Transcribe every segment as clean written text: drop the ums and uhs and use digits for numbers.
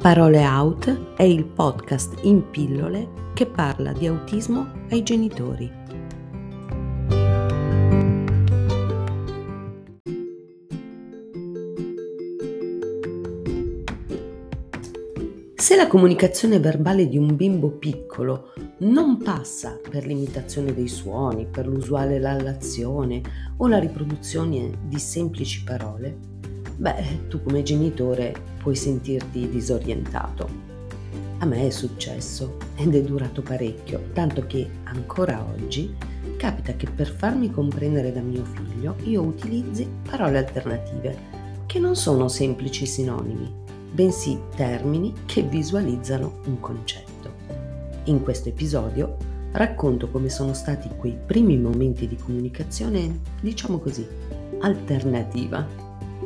Parole Out è il podcast in pillole che parla di autismo ai genitori. Se la comunicazione verbale di un bimbo piccolo non passa per l'imitazione dei suoni, per l'usuale lallazione o la riproduzione di semplici parole, tu come genitore puoi sentirti disorientato. A me è successo ed è durato parecchio, tanto che ancora oggi capita che per farmi comprendere da mio figlio io utilizzi parole alternative che non sono semplici sinonimi, bensì termini che visualizzano un concetto. In questo episodio racconto come sono stati quei primi momenti di comunicazione, diciamo così, alternativa.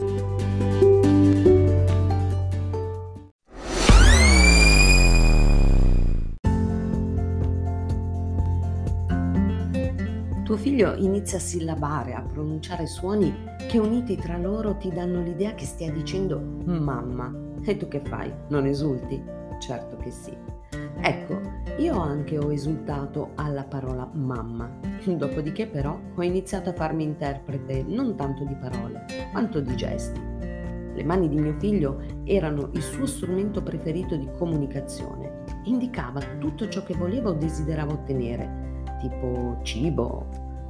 Tuo figlio inizia a sillabare, a pronunciare suoni che uniti tra loro ti danno l'idea che stia dicendo mamma. E tu che fai? Non esulti? Certo che sì. Ecco, io anche ho esultato alla parola mamma. Dopodiché però ho iniziato a farmi interprete non tanto di parole, quanto di gesti. Le mani di mio figlio erano il suo strumento preferito di comunicazione. Indicava tutto ciò che voleva o desiderava ottenere, tipo cibo,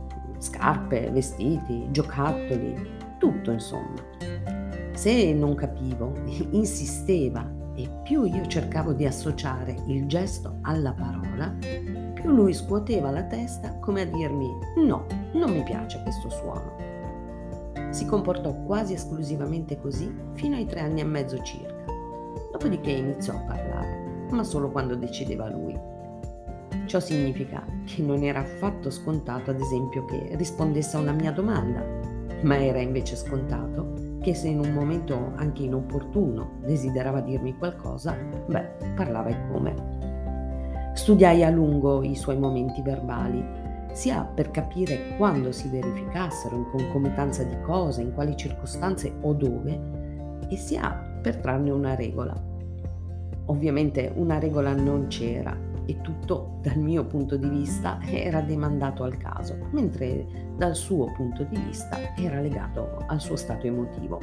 scarpe, vestiti, giocattoli, tutto insomma. Se non capivo, insisteva e più io cercavo di associare il gesto alla parola, più lui scuoteva la testa come a dirmi no, non mi piace questo suono. Si comportò quasi esclusivamente così fino ai 3 anni e mezzo circa. Dopodiché iniziò a parlare, ma solo quando decideva lui. Ciò significa che non era affatto scontato, ad esempio, che rispondesse a una mia domanda, ma era invece scontato che se in un momento anche inopportuno desiderava dirmi qualcosa, parlava e come. Studiai a lungo i suoi momenti verbali, sia per capire quando si verificassero, in concomitanza di cosa, in quali circostanze o dove, e sia per trarne una regola. Ovviamente una regola non c'era e tutto dal mio punto di vista era demandato al caso, mentre dal suo punto di vista era legato al suo stato emotivo.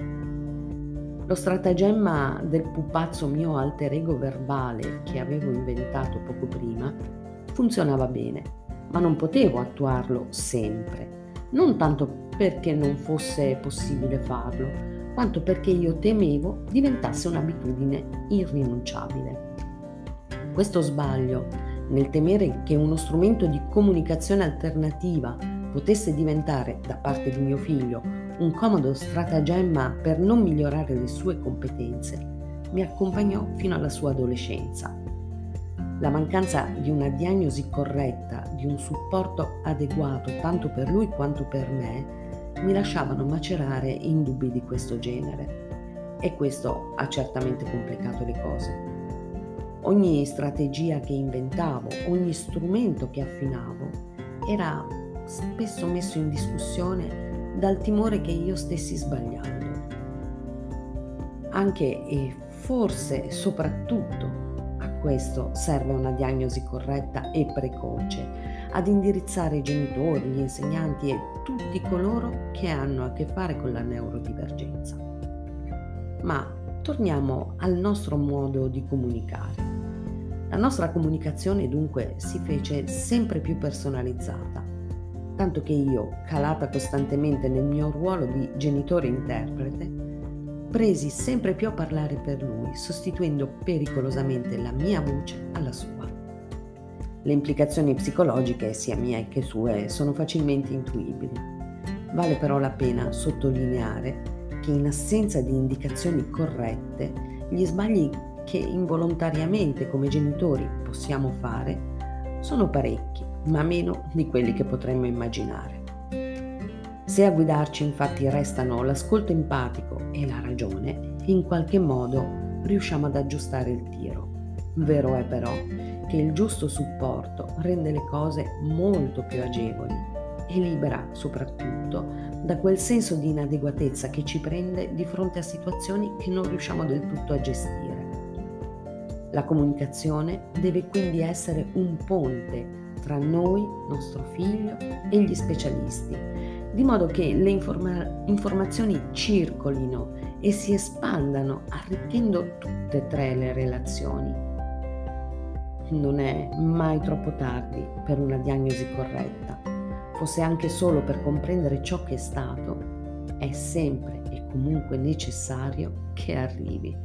Lo stratagemma del pupazzo mio alter ego verbale che avevo inventato poco prima funzionava bene, ma non potevo attuarlo sempre, non tanto perché non fosse possibile farlo, quanto perché io temevo diventasse un'abitudine irrinunciabile. Questo sbaglio, nel temere che uno strumento di comunicazione alternativa potesse diventare, da parte di mio figlio, un comodo stratagemma per non migliorare le sue competenze, mi accompagnò fino alla sua adolescenza. La mancanza di una diagnosi corretta, di un supporto adeguato tanto per lui quanto per me, mi lasciavano macerare in dubbi di questo genere. E questo ha certamente complicato le cose. Ogni strategia che inventavo, ogni strumento che affinavo era spesso messo in discussione dal timore che io stessi sbagliando. Anche e forse soprattutto a questo serve una diagnosi corretta e precoce, ad indirizzare i genitori, gli insegnanti e tutti coloro che hanno a che fare con la neurodivergenza. Ma torniamo al nostro modo di comunicare. La nostra comunicazione dunque si fece sempre più personalizzata, tanto che io, calata costantemente nel mio ruolo di genitore interprete, presi sempre più a parlare per lui, sostituendo pericolosamente la mia voce alla sua. Le implicazioni psicologiche, sia mie che sue, sono facilmente intuibili. Vale però la pena sottolineare che in assenza di indicazioni corrette, gli sbagli che involontariamente come genitori possiamo fare sono parecchi, ma meno di quelli che potremmo immaginare. Se a guidarci infatti restano l'ascolto empatico e la ragione, in qualche modo riusciamo ad aggiustare il tiro. Vero è però che il giusto supporto rende le cose molto più agevoli e libera soprattutto da quel senso di inadeguatezza che ci prende di fronte a situazioni che non riusciamo del tutto a gestire. La comunicazione deve quindi essere un ponte tra noi, nostro figlio e gli specialisti, di modo che le informazioni circolino e si espandano, arricchendo tutte e tre le relazioni. Non è mai troppo tardi per una diagnosi corretta, fosse anche solo per comprendere ciò che è stato, è sempre e comunque necessario che arrivi.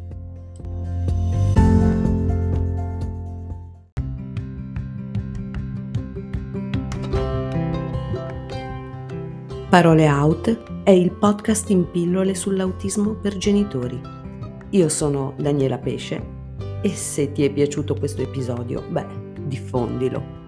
Parole Out è il podcast in pillole sull'autismo per genitori. Io sono Daniela Pesce e se ti è piaciuto questo episodio, diffondilo.